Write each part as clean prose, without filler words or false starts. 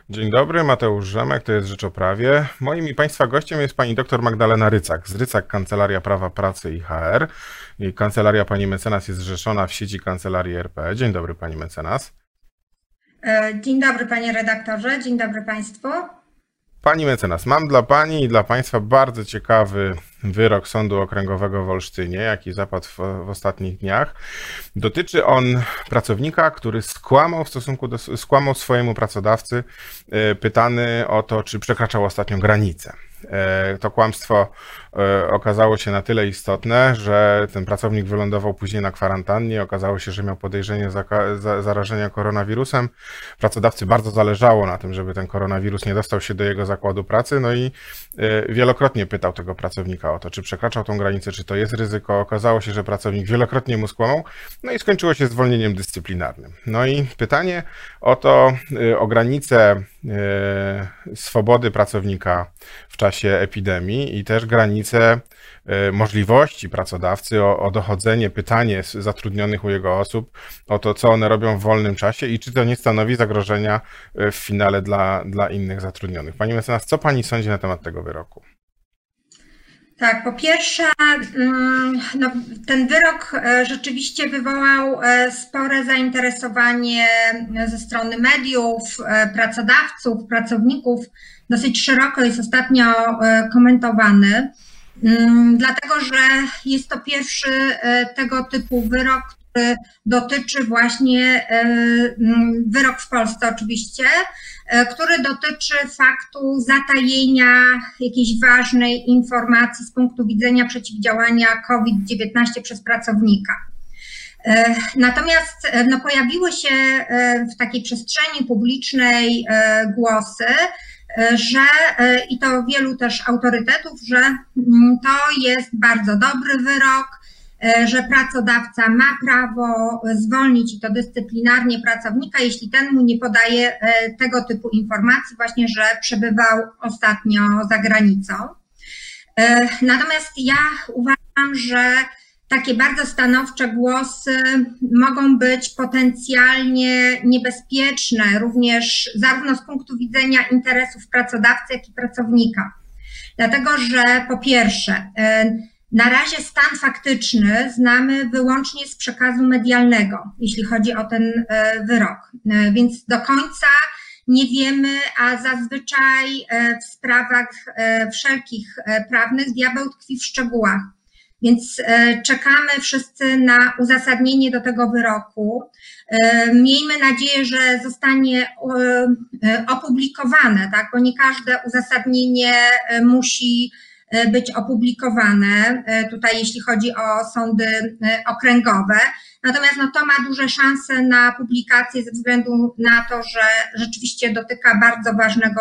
Dzień dobry, Mateusz Rzemek, to jest Rzecz o Prawie. Moim i Państwa gościem jest pani dr Magdalena Rycak z Rycak Kancelaria Prawa Pracy i HR. I kancelaria pani mecenas jest zrzeszona w sieci Kancelarii RP. Dzień dobry, pani mecenas. Dzień dobry, panie redaktorze, dzień dobry państwu. Pani mecenas, mam dla pani i dla państwa bardzo ciekawy wyrok Sądu Okręgowego w Olsztynie, jaki zapadł w ostatnich dniach. Dotyczy on pracownika, który skłamał swojemu pracodawcy, pytany o to, czy przekraczał ostatnią granicę. To kłamstwo okazało się na tyle istotne, że ten pracownik wylądował później na kwarantannie. Okazało się, że miał podejrzenie zarażenia koronawirusem. Pracodawcy bardzo zależało na tym, żeby ten koronawirus nie dostał się do jego zakładu pracy, no i wielokrotnie pytał tego pracownika o to, czy przekraczał tą granicę, czy to jest ryzyko. Okazało się, że pracownik wielokrotnie mu skłamał, no i skończyło się zwolnieniem dyscyplinarnym. No i pytanie o granicę swobody pracownika w czasie epidemii i też granice możliwości pracodawcy o dochodzenie, pytanie zatrudnionych u jego osób o to, co one robią w wolnym czasie i czy to nie stanowi zagrożenia w finale dla innych zatrudnionych. Pani mecenas, co pani sądzi na temat tego wyroku? Tak, po pierwsze, no, ten wyrok rzeczywiście wywołał spore zainteresowanie ze strony mediów, pracodawców, pracowników. Dosyć szeroko jest ostatnio komentowany, dlatego że jest to pierwszy tego typu wyrok, który dotyczy właśnie, wyrok w Polsce oczywiście, który dotyczy faktu zatajenia jakiejś ważnej informacji z punktu widzenia przeciwdziałania COVID-19 przez pracownika. Natomiast no, pojawiły się w takiej przestrzeni publicznej głosy, że i to wielu też autorytetów, że to jest bardzo dobry wyrok, że pracodawca ma prawo zwolnić i to dyscyplinarnie pracownika, jeśli ten mu nie podaje tego typu informacji, właśnie, że przebywał ostatnio za granicą. Natomiast ja uważam, że takie bardzo stanowcze głosy mogą być potencjalnie niebezpieczne, również zarówno z punktu widzenia interesów pracodawcy, jak i pracownika. Dlatego, że po pierwsze, na razie stan faktyczny znamy wyłącznie z przekazu medialnego, jeśli chodzi o ten wyrok, więc do końca nie wiemy, a zazwyczaj w sprawach wszelkich prawnych diabeł tkwi w szczegółach. Więc czekamy wszyscy na uzasadnienie do tego wyroku. Miejmy nadzieję, że zostanie opublikowane, tak? Bo nie każde uzasadnienie musi być opublikowane, tutaj jeśli chodzi o sądy okręgowe. Natomiast no, to ma duże szanse na publikację ze względu na to, że rzeczywiście dotyka bardzo ważnego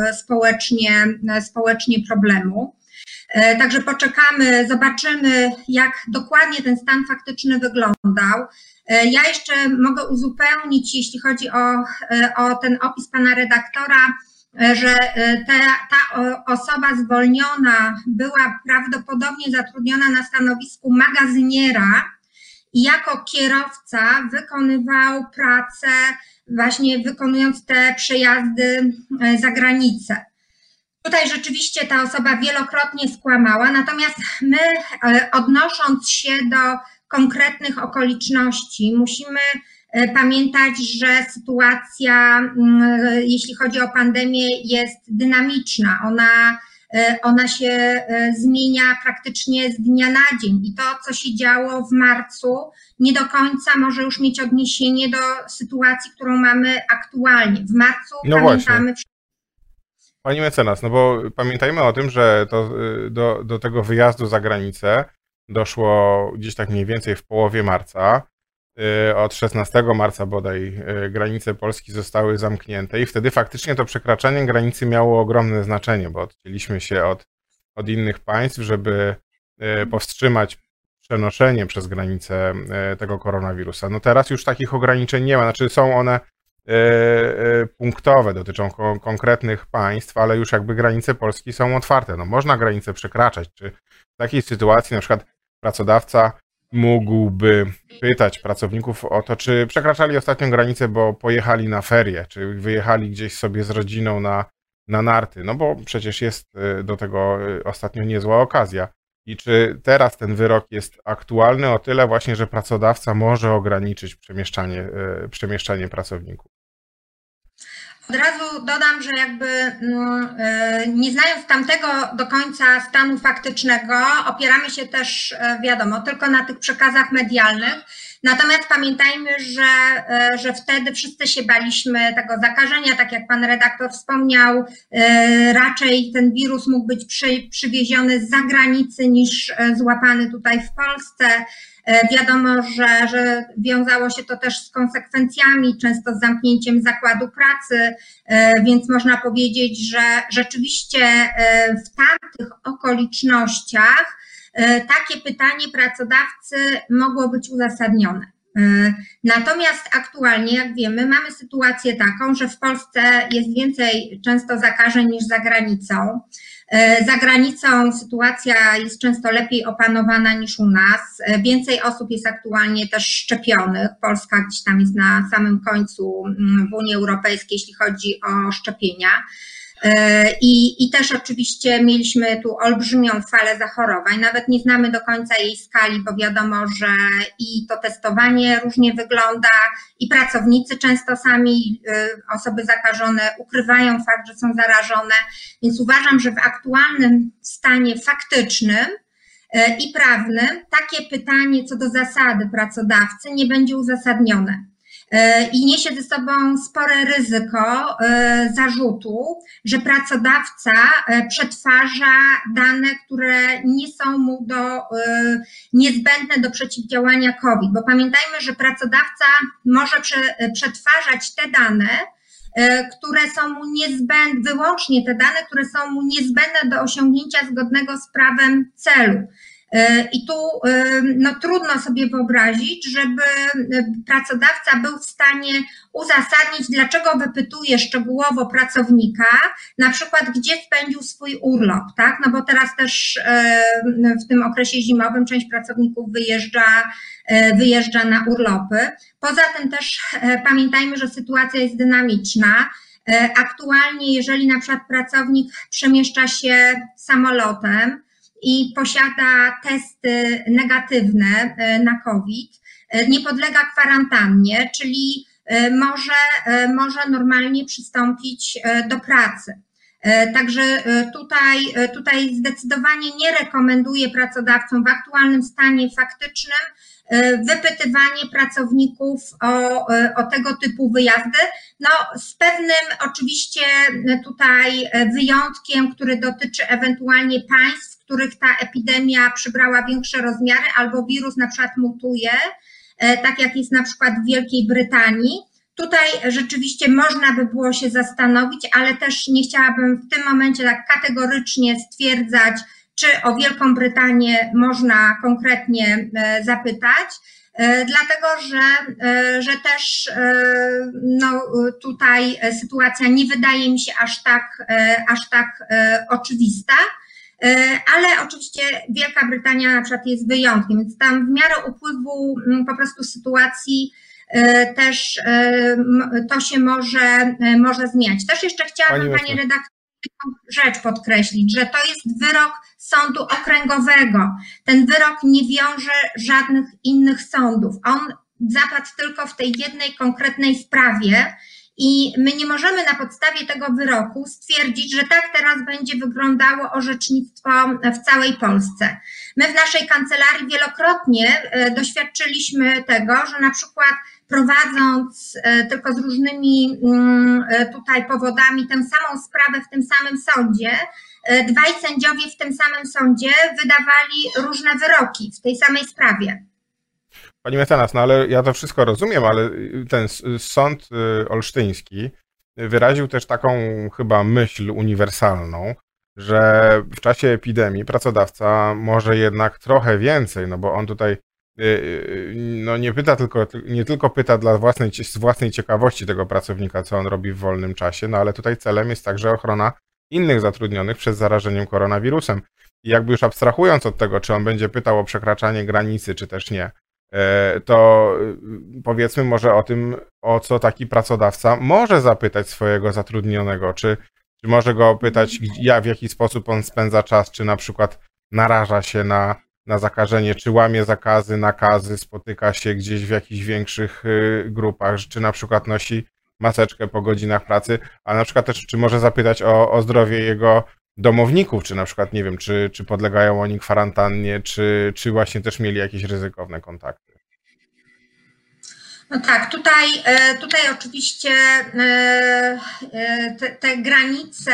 społecznie problemu. Także poczekamy, zobaczymy, jak dokładnie ten stan faktyczny wyglądał. Ja jeszcze mogę uzupełnić, jeśli chodzi o ten opis pana redaktora, że ta osoba zwolniona była prawdopodobnie zatrudniona na stanowisku magazyniera i jako kierowca wykonywał pracę, właśnie wykonując te przejazdy za granicę. Tutaj rzeczywiście ta osoba wielokrotnie skłamała, natomiast my, odnosząc się do konkretnych okoliczności, musimy pamiętać, że sytuacja, jeśli chodzi o pandemię, jest dynamiczna. Ona się zmienia praktycznie z dnia na dzień i to, co się działo w marcu, nie do końca może już mieć odniesienie do sytuacji, którą mamy aktualnie. W marcu pamiętamy... Pani mecenas, no bo pamiętajmy o tym, że do tego wyjazdu za granicę doszło gdzieś tak mniej więcej w połowie marca. Od 16 marca bodaj granice Polski zostały zamknięte i wtedy faktycznie to przekraczanie granicy miało ogromne znaczenie, bo odcięliśmy się od innych państw, żeby powstrzymać przenoszenie przez granicę tego koronawirusa. No teraz już takich ograniczeń nie ma, znaczy są one punktowe, dotyczą konkretnych państw, ale już jakby granice Polski są otwarte. No można granice przekraczać, czy w takiej sytuacji na przykład pracodawca mógłby pytać pracowników o to, czy przekraczali ostatnią granicę, bo pojechali na ferie, czy wyjechali gdzieś sobie z rodziną na narty, no bo przecież jest do tego ostatnio niezła okazja. I czy teraz ten wyrok jest aktualny o tyle właśnie, że pracodawca może ograniczyć przemieszczanie pracowników? Od razu dodam, że jakby nie znając tamtego do końca stanu faktycznego, opieramy się też, wiadomo, tylko na tych przekazach medialnych. Natomiast pamiętajmy, że wtedy wszyscy się baliśmy tego zakażenia, tak jak pan redaktor wspomniał, raczej ten wirus mógł być przywieziony z zagranicy niż złapany tutaj w Polsce. Wiadomo, że wiązało się to też z konsekwencjami, często z zamknięciem zakładu pracy, więc można powiedzieć, że rzeczywiście w tamtych okolicznościach takie pytanie pracodawcy mogło być uzasadnione. Natomiast aktualnie, jak wiemy, mamy sytuację taką, że w Polsce jest więcej często zakażeń niż za granicą. Za granicą sytuacja jest często lepiej opanowana niż u nas. Więcej osób jest aktualnie też szczepionych. Polska gdzieś tam jest na samym końcu w Unii Europejskiej, jeśli chodzi o szczepienia. I też oczywiście mieliśmy tu olbrzymią falę zachorowań. Nawet nie znamy do końca jej skali, bo wiadomo, że i to testowanie różnie wygląda, i pracownicy często sami, osoby zakażone, ukrywają fakt, że są zarażone. Więc uważam, że w aktualnym stanie faktycznym i prawnym takie pytanie co do zasady pracodawcy nie będzie uzasadnione. I niesie ze sobą spore ryzyko zarzutu, że pracodawca przetwarza dane, które nie są mu niezbędne do przeciwdziałania COVID, bo pamiętajmy, że pracodawca może przetwarzać te dane, które są mu niezbędne, wyłącznie te dane, które są mu niezbędne do osiągnięcia zgodnego z prawem celu. I tu no, trudno sobie wyobrazić, żeby pracodawca był w stanie uzasadnić, dlaczego wypytuje szczegółowo pracownika, na przykład gdzie spędził swój urlop, tak? No bo teraz też w tym okresie zimowym część pracowników wyjeżdża na urlopy. Poza tym też pamiętajmy, że sytuacja jest dynamiczna. Aktualnie, jeżeli na przykład pracownik przemieszcza się samolotem i posiada testy negatywne na COVID, nie podlega kwarantannie, czyli może normalnie przystąpić do pracy. Także tutaj zdecydowanie nie rekomenduję pracodawcom w aktualnym stanie faktycznym wypytywanie pracowników o tego typu wyjazdy, no z pewnym oczywiście tutaj wyjątkiem, który dotyczy ewentualnie państw, w których ta epidemia przybrała większe rozmiary albo wirus na przykład mutuje, tak jak jest na przykład w Wielkiej Brytanii. Tutaj rzeczywiście można by było się zastanowić, ale też nie chciałabym w tym momencie tak kategorycznie stwierdzać, czy o Wielką Brytanię można konkretnie zapytać, dlatego że też no, tutaj sytuacja nie wydaje mi się aż tak oczywista, ale oczywiście Wielka Brytania na przykład jest wyjątkiem, więc tam w miarę upływu po prostu sytuacji też to się może zmieniać. Też jeszcze chciałabym, Pani redaktor, rzecz podkreślić, że to jest wyrok sądu okręgowego. Ten wyrok nie wiąże żadnych innych sądów. On zapadł tylko w tej jednej konkretnej sprawie i my nie możemy na podstawie tego wyroku stwierdzić, że tak teraz będzie wyglądało orzecznictwo w całej Polsce. My w naszej kancelarii wielokrotnie doświadczyliśmy tego, że na przykład prowadząc tylko z różnymi tutaj powodami tę samą sprawę w tym samym sądzie, dwaj sędziowie w tym samym sądzie wydawali różne wyroki w tej samej sprawie. Pani mecenas, no ale ja to wszystko rozumiem, ale ten sąd olsztyński wyraził też taką chyba myśl uniwersalną, że w czasie epidemii pracodawca może jednak trochę więcej, no bo on tutaj no nie tylko pyta z własnej ciekawości tego pracownika, co on robi w wolnym czasie, no ale tutaj celem jest także ochrona innych zatrudnionych przed zarażeniem koronawirusem. jakby już abstrahując od tego, czy on będzie pytał o przekraczanie granicy, czy też nie, to powiedzmy może o tym, o co taki pracodawca może zapytać swojego zatrudnionego, czy może go pytać, w jaki sposób on spędza czas, czy na przykład naraża się na zakażenie, czy łamie zakazy, nakazy, spotyka się gdzieś w jakichś większych grupach, czy na przykład nosi maseczkę po godzinach pracy, a na przykład też, czy może zapytać o zdrowie jego domowników, czy na przykład, nie wiem, czy podlegają oni kwarantannie, czy właśnie też mieli jakieś ryzykowne kontakty. No tak, tutaj oczywiście te granice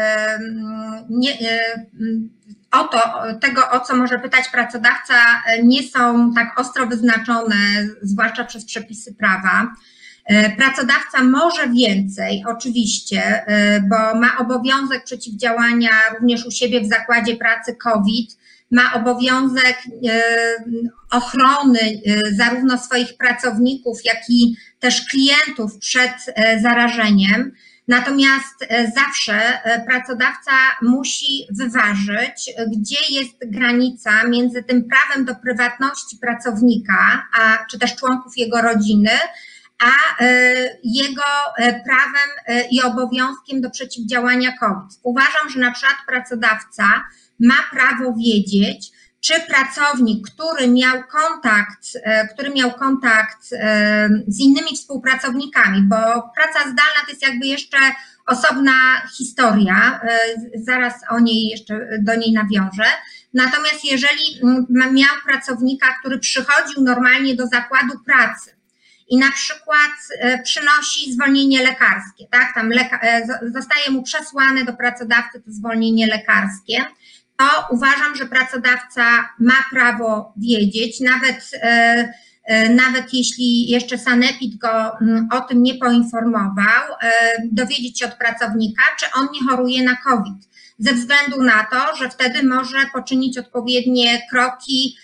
tego, o co może pytać pracodawca, nie są tak ostro wyznaczone, zwłaszcza przez przepisy prawa. Pracodawca może więcej, oczywiście, bo ma obowiązek przeciwdziałania również u siebie w zakładzie pracy COVID, ma obowiązek ochrony zarówno swoich pracowników, jak i też klientów przed zarażeniem. Natomiast zawsze pracodawca musi wyważyć, gdzie jest granica między tym prawem do prywatności pracownika, czy też członków jego rodziny, a jego prawem i obowiązkiem do przeciwdziałania COVID. Uważam, że na przykład pracodawca ma prawo wiedzieć, czy pracownik, który miał kontakt z innymi współpracownikami, bo praca zdalna to jest jakby jeszcze osobna historia, zaraz do niej nawiążę. Natomiast jeżeli miał pracownika, który przychodził normalnie do zakładu pracy i na przykład przynosi zwolnienie lekarskie, tak? Tam zostaje mu przesłane do pracodawcy to zwolnienie lekarskie, to uważam, że pracodawca ma prawo wiedzieć, nawet jeśli jeszcze sanepid go o tym nie poinformował, dowiedzieć się od pracownika, czy on nie choruje na COVID, ze względu na to, że wtedy może poczynić odpowiednie kroki,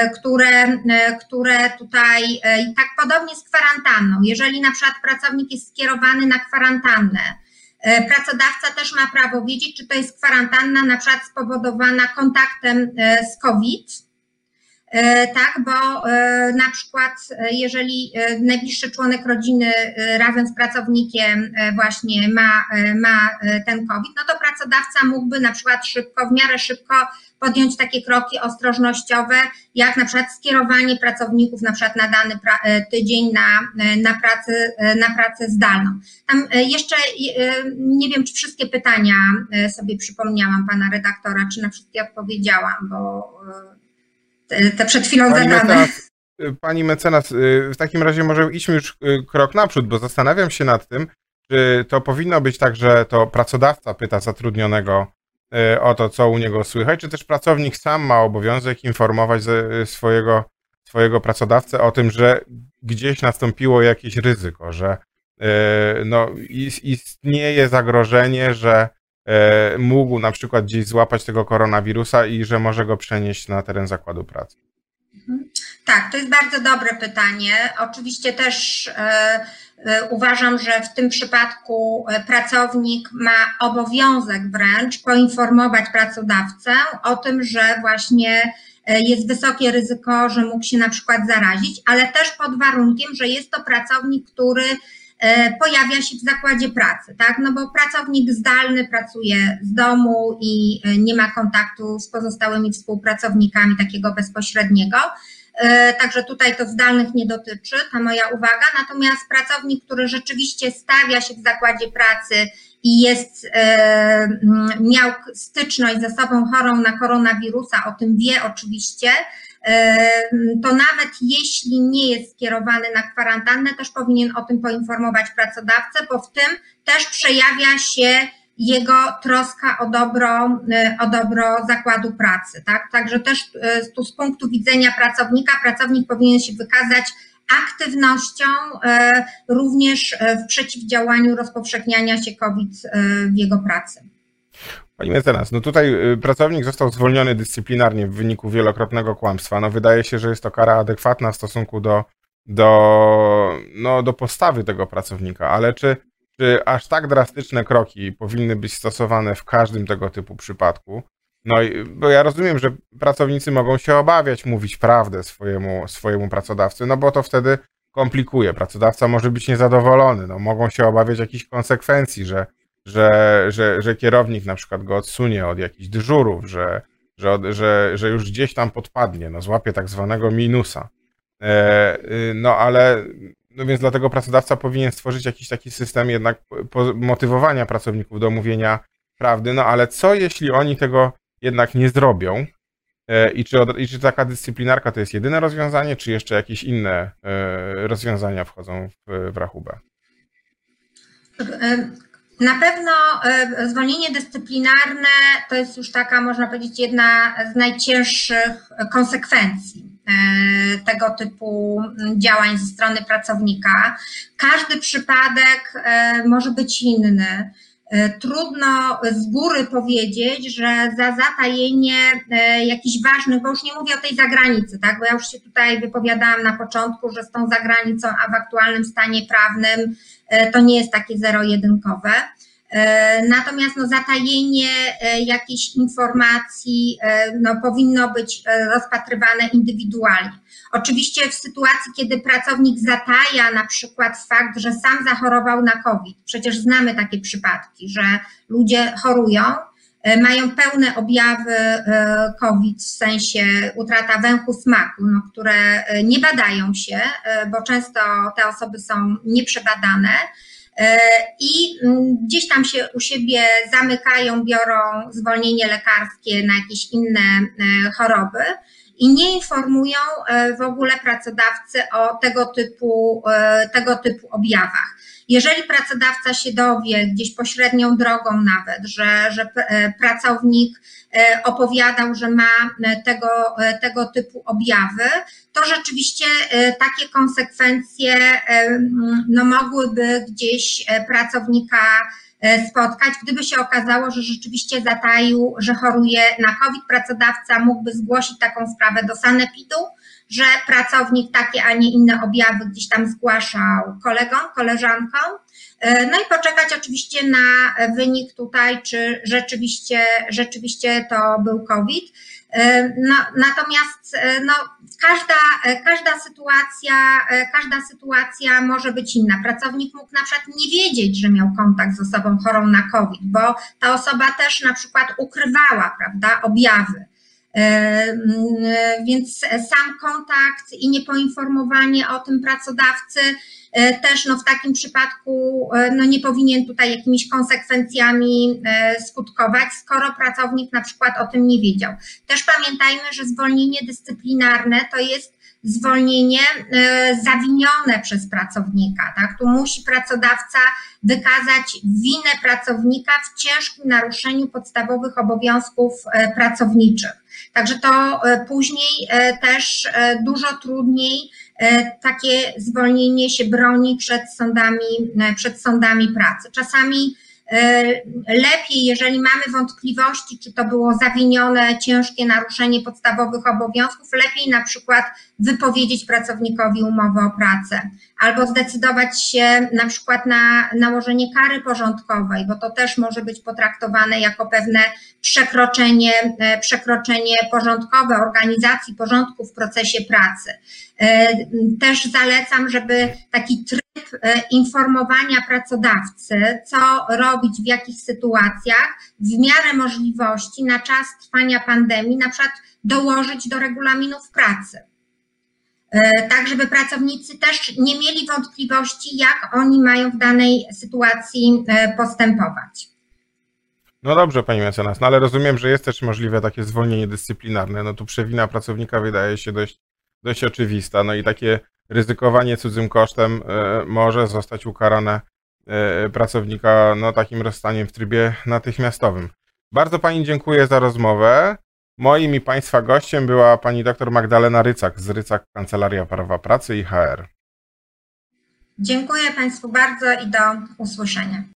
które tutaj, tak podobnie z kwarantanną, jeżeli na przykład pracownik jest skierowany na kwarantannę, pracodawca też ma prawo wiedzieć, czy to jest kwarantanna na przykład spowodowana kontaktem z COVID, tak, bo na przykład jeżeli najbliższy członek rodziny razem z pracownikiem właśnie ma ten COVID, no to pracodawca mógłby na przykład w miarę szybko podjąć takie kroki ostrożnościowe, jak na przykład skierowanie pracowników na przykład na dany tydzień na pracę zdalną. Tam jeszcze nie wiem, czy wszystkie pytania sobie przypomniałam pana redaktora, czy na wszystkie odpowiedziałam, bo te przed chwilą zadane. Pani mecenas, w takim razie może idźmy już krok naprzód, bo zastanawiam się nad tym, czy to powinno być tak, że to pracodawca pyta zatrudnionego o to, co u niego słychać, czy też pracownik sam ma obowiązek informować swojego pracodawcę o tym, że gdzieś nastąpiło jakieś ryzyko, że no, istnieje zagrożenie, że mógł na przykład gdzieś złapać tego koronawirusa i że może go przenieść na teren zakładu pracy. Tak, to jest bardzo dobre pytanie. Oczywiście też uważam, że w tym przypadku pracownik ma obowiązek wręcz poinformować pracodawcę o tym, że właśnie jest wysokie ryzyko, że mógł się na przykład zarazić, ale też pod warunkiem, że jest to pracownik, który pojawia się w zakładzie pracy, tak? No bo pracownik zdalny pracuje z domu i nie ma kontaktu z pozostałymi współpracownikami takiego bezpośredniego. Także tutaj to zdalnych nie dotyczy, ta moja uwaga. Natomiast pracownik, który rzeczywiście stawia się w zakładzie pracy i miał styczność z osobą chorą na koronawirusa, o tym wie oczywiście, to nawet jeśli nie jest skierowany na kwarantannę, też powinien o tym poinformować pracodawcę, bo w tym też przejawia się jego troska o dobro zakładu pracy, tak? Także też tu z punktu widzenia pracownik powinien się wykazać aktywnością również w przeciwdziałaniu rozpowszechniania się COVID w jego pracy. Pani mecenas, no tutaj pracownik został zwolniony dyscyplinarnie w wyniku wielokrotnego kłamstwa. No wydaje się, że jest to kara adekwatna w stosunku do postawy tego pracownika, ale czy aż tak drastyczne kroki powinny być stosowane w każdym tego typu przypadku? No, bo ja rozumiem, że pracownicy mogą się obawiać mówić prawdę swojemu pracodawcy, no bo to wtedy komplikuje. Pracodawca może być niezadowolony, no, mogą się obawiać jakichś konsekwencji, że kierownik na przykład go odsunie od jakichś dyżurów, że już gdzieś tam podpadnie, no, złapie tak zwanego minusa. No ale, no więc dlatego pracodawca powinien stworzyć jakiś taki system jednak motywowania pracowników do mówienia prawdy, no ale co jeśli oni tego jednak nie zrobią? I czy taka dyscyplinarka to jest jedyne rozwiązanie, czy jeszcze jakieś inne rozwiązania wchodzą w rachubę? Na pewno zwolnienie dyscyplinarne to jest już taka, można powiedzieć, jedna z najcięższych konsekwencji tego typu działań ze strony pracownika. Każdy przypadek może być inny. Trudno z góry powiedzieć, że za zatajenie jakichś ważnych, bo już nie mówię o tej zagranicy, tak? Bo ja już się tutaj wypowiadałam na początku, że z tą zagranicą, a w aktualnym stanie prawnym to nie jest takie zero-jedynkowe. Natomiast no, zatajenie jakiejś informacji no, powinno być rozpatrywane indywidualnie. Oczywiście w sytuacji, kiedy pracownik zataja na przykład fakt, że sam zachorował na COVID, przecież znamy takie przypadki, że ludzie chorują, mają pełne objawy COVID, w sensie utrata węchu smaku, no, które nie badają się, bo często te osoby są nieprzebadane, i gdzieś tam się u siebie zamykają, biorą zwolnienie lekarskie na jakieś inne choroby i nie informują w ogóle pracodawcy o tego typu objawach. Jeżeli pracodawca się dowie gdzieś pośrednią drogą nawet, że pracownik opowiadał, że ma tego typu objawy, to rzeczywiście takie konsekwencje no, mogłyby gdzieś pracownika spotkać. Gdyby się okazało, że rzeczywiście zataił, że choruje na COVID, pracodawca mógłby zgłosić taką sprawę do sanepidu, że pracownik takie, a nie inne objawy gdzieś tam zgłaszał kolegom, koleżankom. No i poczekać oczywiście na wynik tutaj, czy rzeczywiście to był COVID. No, natomiast no, każda sytuacja może być inna. Pracownik mógł na przykład nie wiedzieć, że miał kontakt z osobą chorą na COVID, bo ta osoba też na przykład ukrywała, prawda, objawy. Więc sam kontakt i niepoinformowanie o tym pracodawcy też no, w takim przypadku no, nie powinien tutaj jakimiś konsekwencjami skutkować, skoro pracownik na przykład o tym nie wiedział. Też pamiętajmy, że zwolnienie dyscyplinarne to jest zwolnienie zawinione przez pracownika. Tak? Tu musi pracodawca wykazać winę pracownika w ciężkim naruszeniu podstawowych obowiązków pracowniczych. Także to później też dużo trudniej takie zwolnienie się broni przed sądami pracy. Czasami lepiej, jeżeli mamy wątpliwości, czy to było zawinione, ciężkie naruszenie podstawowych obowiązków, lepiej na przykład wypowiedzieć pracownikowi umowę o pracę albo zdecydować się na przykład na nałożenie kary porządkowej, bo to też może być potraktowane jako pewne przekroczenie porządkowe organizacji porządku w procesie pracy. Też zalecam, żeby taki tryb informowania pracodawcy, co robić w jakich sytuacjach, w miarę możliwości na czas trwania pandemii, na przykład dołożyć do regulaminów pracy. Tak, żeby pracownicy też nie mieli wątpliwości, jak oni mają w danej sytuacji postępować. No dobrze, pani mecenas, no ale rozumiem, że jest też możliwe takie zwolnienie dyscyplinarne. No tu przewina pracownika wydaje się dość oczywista, no i takie ryzykowanie cudzym kosztem może zostać ukarane pracownika no, takim rozstaniem w trybie natychmiastowym. Bardzo pani dziękuję za rozmowę. Moim i państwa gościem była pani dr Magdalena Rycak z Rycak Kancelaria Prawa Pracy i HR. Dziękuję państwu bardzo i do usłyszenia.